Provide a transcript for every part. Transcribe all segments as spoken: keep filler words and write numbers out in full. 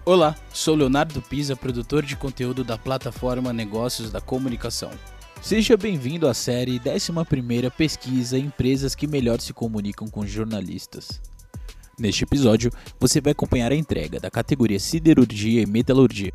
Olá, sou Leonardo Pisa, produtor de conteúdo da plataforma Negócios da Comunicação. Seja bem-vindo à série décima primeira Pesquisa Empresas que Melhor se Comunicam com Jornalistas. Neste episódio, você vai acompanhar a entrega da categoria Siderurgia e Metalurgia.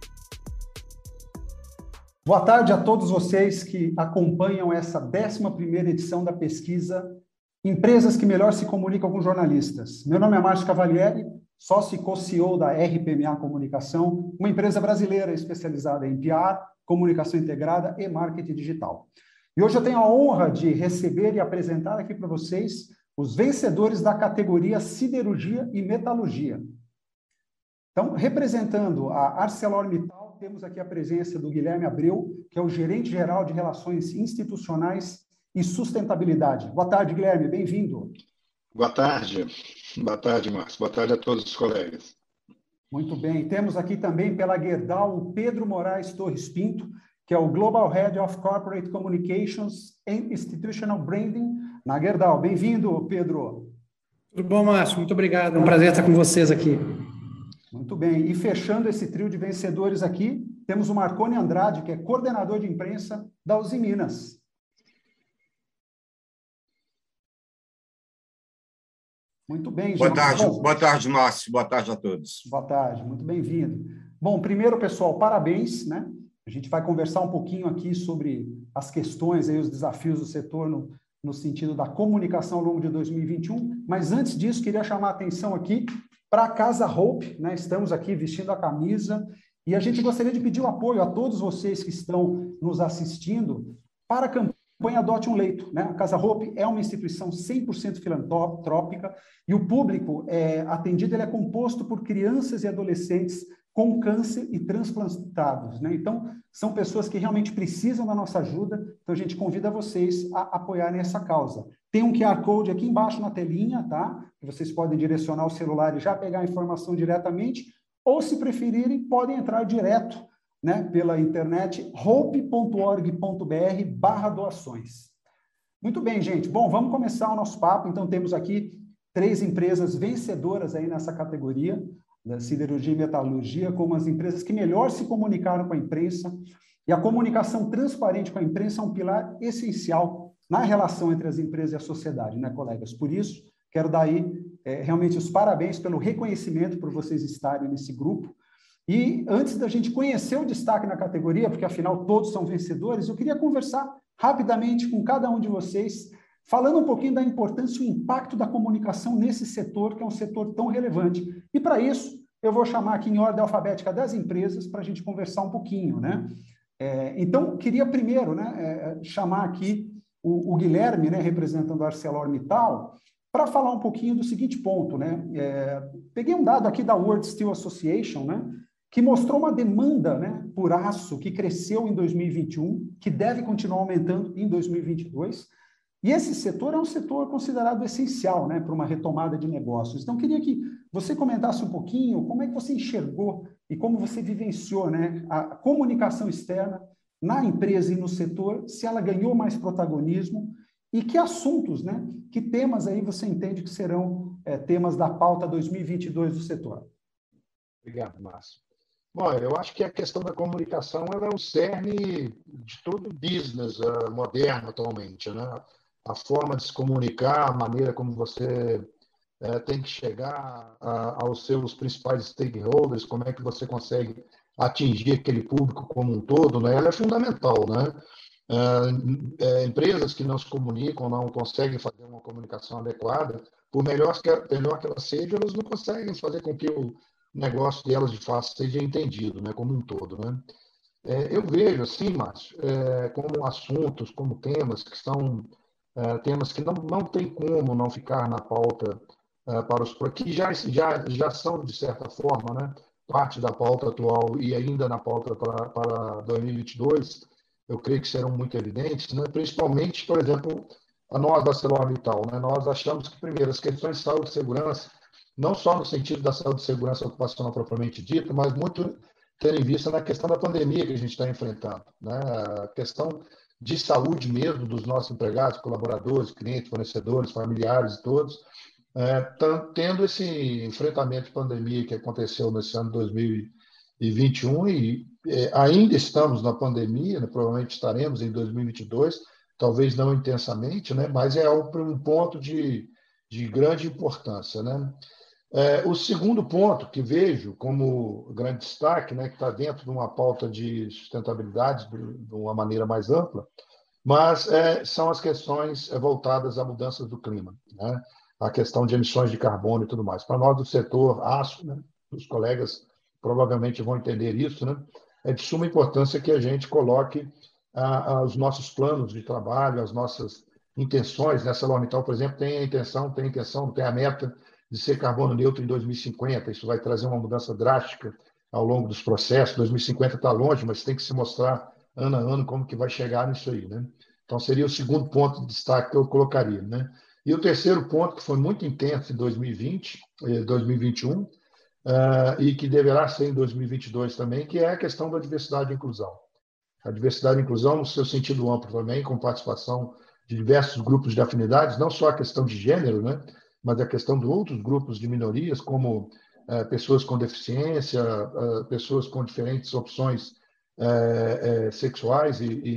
Boa tarde a todos vocês que acompanham essa décima primeira edição da pesquisa Empresas que Melhor se Comunicam com Jornalistas. Meu nome é Márcio Cavalieri, sócio e co-C E O da R P M A Comunicação, uma empresa brasileira especializada em P R, comunicação integrada e marketing digital. E hoje eu tenho a honra de receber e apresentar aqui para vocês os vencedores da categoria Siderurgia e Metalurgia. Então, representando a ArcelorMittal, temos aqui a presença do Guilherme Abreu, que é o gerente-geral de Relações Institucionais e Sustentabilidade. Boa tarde, Guilherme, bem-vindo. Boa tarde. Boa tarde, Márcio. Boa tarde a todos os colegas. Muito bem. Temos aqui também pela Gerdau o Pedro Moraes Torres Pinto, que é o Global Head of Corporate Communications and Institutional Branding na Gerdau. Bem-vindo, Pedro. Tudo bom, Márcio? Muito obrigado. É um prazer estar com vocês aqui. Muito bem. E fechando esse trio de vencedores aqui, temos o Marconi Andrade, que é coordenador de imprensa da Uzi Minas. Muito bem, gente. Boa tarde, Bom, boa tarde, Márcio. Boa tarde a todos. Boa tarde, muito bem-vindo. Bom, primeiro, pessoal, parabéns, né? A gente vai conversar um pouquinho aqui sobre as questões, aí, os desafios do setor no, no sentido da comunicação ao longo de dois mil e vinte e um, mas antes disso, queria chamar a atenção aqui para a Casa Hope, né? Estamos aqui vestindo a camisa e a gente gostaria de pedir o apoio a todos vocês que estão nos assistindo para a campanha Põe Adote um Leito, né? A Casa Hope é uma instituição cem por cento filantrópica e o público é, atendido ele é composto por crianças e adolescentes com câncer e transplantados, né? Então, são pessoas que realmente precisam da nossa ajuda, então a gente convida vocês a apoiarem essa causa. Tem um Q R Code aqui embaixo na telinha, tá? Que vocês podem direcionar o celular e já pegar a informação diretamente, ou se preferirem, podem entrar direto, né, pela internet, hope ponto org ponto br barra doações. Muito bem, gente. Bom, vamos começar o nosso papo. Então, temos aqui três empresas vencedoras aí nessa categoria, da siderurgia e metalurgia, como as empresas que melhor se comunicaram com a imprensa. E a comunicação transparente com a imprensa é um pilar essencial na relação entre as empresas e a sociedade, né, colegas? Por isso, quero dar aí é, realmente os parabéns pelo reconhecimento por vocês estarem nesse grupo. E antes da gente conhecer o destaque na categoria, porque afinal todos são vencedores, eu queria conversar rapidamente com cada um de vocês, falando um pouquinho da importância e o impacto da comunicação nesse setor, que é um setor tão relevante. E para isso, eu vou chamar aqui em ordem alfabética das empresas para a gente conversar um pouquinho, né? É, então, queria primeiro, né, é, chamar aqui o, o Guilherme, né, representando a ArcelorMittal, para falar um pouquinho do seguinte ponto, né? É, peguei um dado aqui da World Steel Association, né, que mostrou uma demanda, né, por aço que cresceu em dois mil e vinte e um, que deve continuar aumentando em dois mil e vinte e dois. E esse setor é um setor considerado essencial, né, para uma retomada de negócios. Então, queria que você comentasse um pouquinho como é que você enxergou e como você vivenciou, né, a comunicação externa na empresa e no setor, se ela ganhou mais protagonismo e que assuntos, né, que temas aí você entende que serão é, temas da pauta dois mil e vinte e dois do setor. Obrigado, Márcio. Bom, eu acho que a questão da comunicação ela é o cerne de todo o business uh, moderno atualmente, né? A forma de se comunicar, a maneira como você uh, tem que chegar uh, aos seus principais stakeholders, como é que você consegue atingir aquele público como um todo, né? Ela é fundamental, né? Uh, é, empresas que não se comunicam, não conseguem fazer uma comunicação adequada, por melhor que, melhor que ela seja, elas não conseguem fazer com que o negócio delas, de fato, seja entendido, né, como um todo, né? É, eu vejo, assim, Márcio, é, como assuntos, como temas que são é, temas que não, não tem como não ficar na pauta é, para os que já, já, já são, de certa forma, né, parte da pauta atual e ainda na pauta para, para dois mil e vinte e dois, eu creio que serão muito evidentes, né? Principalmente, por exemplo, a nós da ArcelorMittal, né? Nós achamos que, primeiro, as questões de saúde e segurança, não só no sentido da saúde e segurança ocupacional propriamente dita, mas muito tendo em vista na questão da pandemia que a gente está enfrentando, né? A questão de saúde mesmo dos nossos empregados, colaboradores, clientes, fornecedores, familiares e todos, é, tendo esse enfrentamento de pandemia que aconteceu nesse ano de dois mil e vinte e um, e é, ainda estamos na pandemia, né? Provavelmente estaremos em dois mil e vinte e dois, talvez não intensamente, né? Mas é um ponto de, de grande importância, né? É, o segundo ponto que vejo como grande destaque, né, que está dentro de uma pauta de sustentabilidade de uma maneira mais ampla, mas é, são as questões voltadas à mudança do clima, né? A questão de emissões de carbono e tudo mais. Para nós do setor aço, né, os colegas provavelmente vão entender isso, né? É de suma importância que a gente coloque ah, ah, os nossos planos de trabalho, as nossas intenções. Nessa ArcelorMittal, por exemplo, tem a intenção, tem a intenção, tem a meta de ser carbono neutro em dois mil e cinquenta. Isso vai trazer uma mudança drástica ao longo dos processos. dois mil e cinquenta está longe, mas tem que se mostrar ano a ano como que vai chegar nisso aí, né? Então, seria o segundo ponto de destaque que eu colocaria, né? E o terceiro ponto, que foi muito intenso em dois mil e vinte, dois mil e vinte e um, uh, e que deverá ser em dois mil e vinte e dois também, que é a questão da diversidade e inclusão. A diversidade e inclusão no seu sentido amplo também, com participação de diversos grupos de afinidades, não só a questão de gênero, né? Mas a questão de outros grupos de minorias, como uh, pessoas com deficiência, uh, pessoas com diferentes opções É, é, sexuais e, e,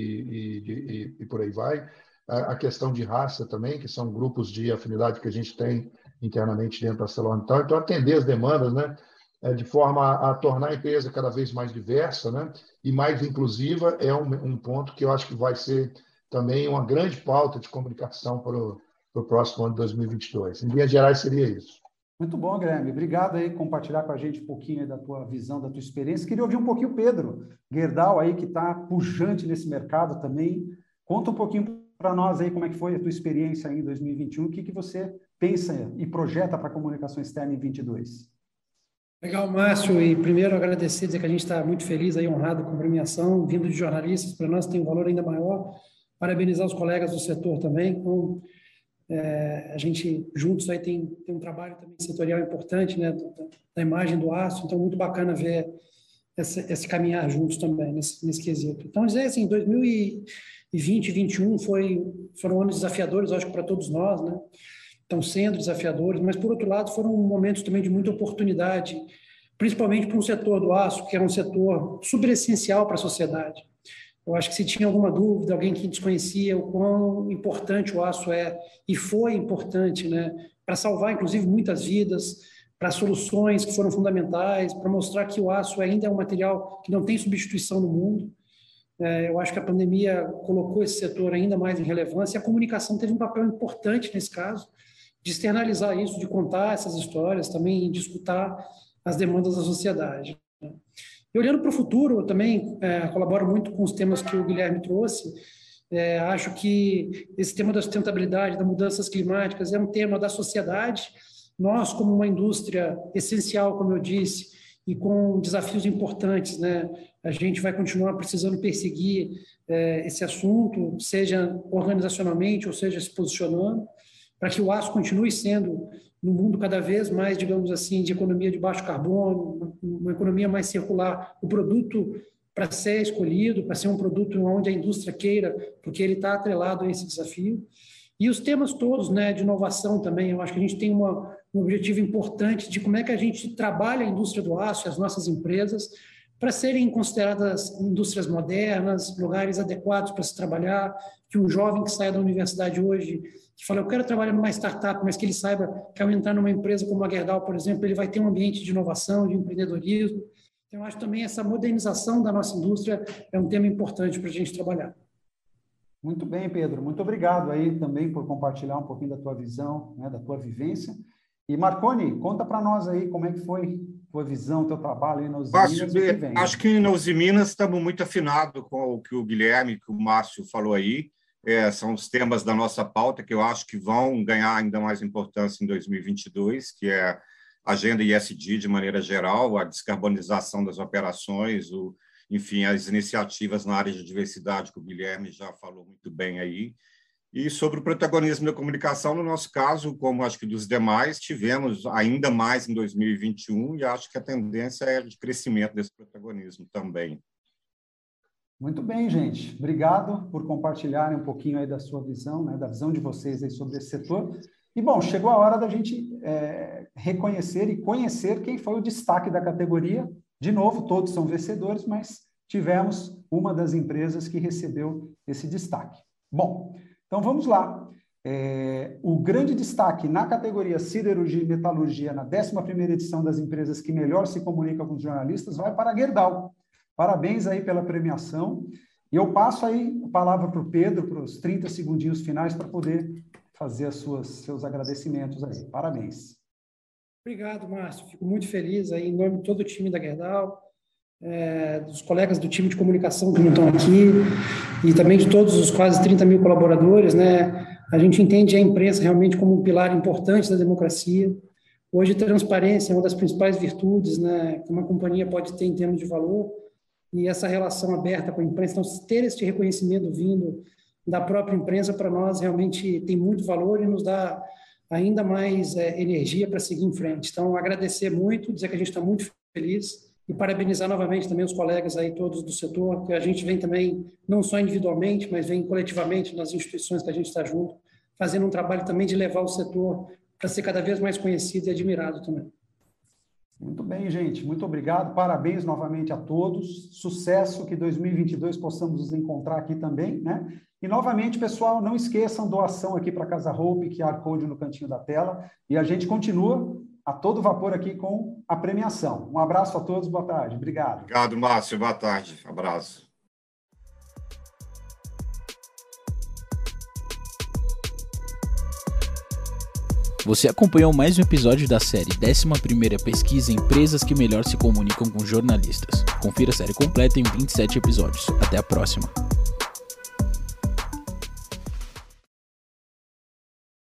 e, e, e por aí vai. A questão de raça também, que são grupos de afinidade que a gente tem internamente dentro da ArcelorMittal. Então, atender as demandas, né, de forma a tornar a empresa cada vez mais diversa, né, e mais inclusiva, é um, um ponto que eu acho que vai ser também uma grande pauta de comunicação para o, para o próximo ano de dois mil e vinte e dois. Em linhas gerais, seria isso. Muito bom, Guilherme. Obrigado aí por compartilhar com a gente um pouquinho da tua visão, da tua experiência. Queria ouvir um pouquinho o Pedro Gerdau aí, que está pujante nesse mercado também. Conta um pouquinho para nós aí como é que foi a tua experiência aí em dois mil e vinte e um, o que, que você pensa e projeta para a comunicação externa em vinte e dois. Legal, Márcio, e primeiro agradecer, dizer que a gente está muito feliz aí, honrado com a premiação, vindo de jornalistas, para nós tem um valor ainda maior. Parabenizar os colegas do setor também, com É, a gente juntos aí tem, tem um trabalho também setorial importante, né, da, da imagem do aço, então muito bacana ver esse, esse caminhar juntos também nesse, nesse quesito. Então, dizer assim, dois mil e vinte e vinte e um foi, foram anos desafiadores, acho que para todos nós, né, estão sendo desafiadores, mas por outro lado foram momentos também de muita oportunidade, principalmente para um setor do aço, que era um setor super essencial para a sociedade. Eu acho que se tinha alguma dúvida, alguém que desconhecia o quão importante o aço é, e foi importante, né, para salvar, inclusive, muitas vidas, para soluções que foram fundamentais, para mostrar que o aço ainda é um material que não tem substituição no mundo. É, eu acho que a pandemia colocou esse setor ainda mais em relevância, e a comunicação teve um papel importante nesse caso, de externalizar isso, de contar essas histórias, também de escutar as demandas da sociedade. E olhando para o futuro, eu também é, colaboro muito com os temas que o Guilherme trouxe. É, acho que esse tema da sustentabilidade, das mudanças climáticas, é um tema da sociedade. Nós, como uma indústria essencial, como eu disse, e com desafios importantes, né, a gente vai continuar precisando perseguir é, esse assunto, seja organizacionalmente ou seja se posicionando, para que o aço continue sendo, no mundo cada vez mais, digamos assim, de economia de baixo carbono, uma economia mais circular, o produto para ser escolhido, para ser um produto onde a indústria queira, porque ele está atrelado a esse desafio. E os temas todos, né, de inovação também, eu acho que a gente tem uma, um objetivo importante de como é que a gente trabalha a indústria do aço, as nossas empresas, para serem consideradas indústrias modernas, lugares adequados para se trabalhar, que um jovem que saia da universidade hoje, que fala, eu quero trabalhar numa startup, mas que ele saiba que ao entrar numa empresa como a Gerdau, por exemplo, ele vai ter um ambiente de inovação, de empreendedorismo. Então, eu acho também essa modernização da nossa indústria é um tema importante para a gente trabalhar. Muito bem, Pedro. Muito obrigado aí também por compartilhar um pouquinho da tua visão, né, da tua vivência. E Marconi, conta para nós aí como é que foi a tua visão, teu trabalho aí na Usiminas. Márcio, acho que na Usiminas estamos muito afinados com o que o Guilherme, que o Márcio falou aí. É, são os temas da nossa pauta que eu acho que vão ganhar ainda mais importância em dois mil e vinte e dois, que é a agenda E S G de maneira geral, a descarbonização das operações, o, enfim, as iniciativas na área de diversidade que o Guilherme já falou muito bem aí. E sobre o protagonismo da comunicação, no nosso caso, como acho que dos demais, tivemos ainda mais em dois mil e vinte e um e acho que a tendência é de crescimento desse protagonismo também. Muito bem, gente. Obrigado por compartilharem um pouquinho aí da sua visão, né, da visão de vocês aí sobre esse setor. E, bom, chegou a hora da gente é, reconhecer e conhecer quem foi o destaque da categoria. De novo, todos são vencedores, mas tivemos uma das empresas que recebeu esse destaque. Bom, então vamos lá. É, o grande destaque na categoria Siderurgia e Metalurgia, na décima primeira edição das empresas que melhor se comunicam com os jornalistas, vai para a Gerdau. Parabéns aí pela premiação. E eu passo aí a palavra para o Pedro, para os trinta segundinhos finais, para poder fazer as suas, seus agradecimentos aí. Parabéns. Obrigado, Márcio. Fico muito feliz aí, em nome de todo o time da Gerdau, é, dos colegas do time de comunicação que não estão aqui, e também de todos os quase trinta mil colaboradores, né? A gente entende a imprensa realmente como um pilar importante da democracia. Hoje, transparência é uma das principais virtudes, né, que uma companhia pode ter em termos de valor, e essa relação aberta com a imprensa, então, ter este reconhecimento vindo da própria imprensa, para nós, realmente tem muito valor e nos dá ainda mais é, energia para seguir em frente. Então, agradecer muito, dizer que a gente está muito feliz e parabenizar novamente também os colegas aí todos do setor, que a gente vem também, não só individualmente, mas vem coletivamente nas instituições que a gente está junto, fazendo um trabalho também de levar o setor para ser cada vez mais conhecido e admirado também. Muito bem, gente. Muito obrigado. Parabéns novamente a todos. Sucesso, que dois mil e vinte e dois possamos nos encontrar aqui também, né? E, novamente, pessoal, não esqueçam, doação aqui para a Casa Hope, Q R Code no cantinho da tela. E a gente continua a todo vapor aqui com a premiação. Um abraço a todos, boa tarde. Obrigado. Obrigado, Márcio. Boa tarde. Abraço. Você acompanhou mais um episódio da série décima primeira Pesquisa Empresas que Melhor se Comunicam com Jornalistas. Confira a série completa em vinte e sete episódios. Até a próxima.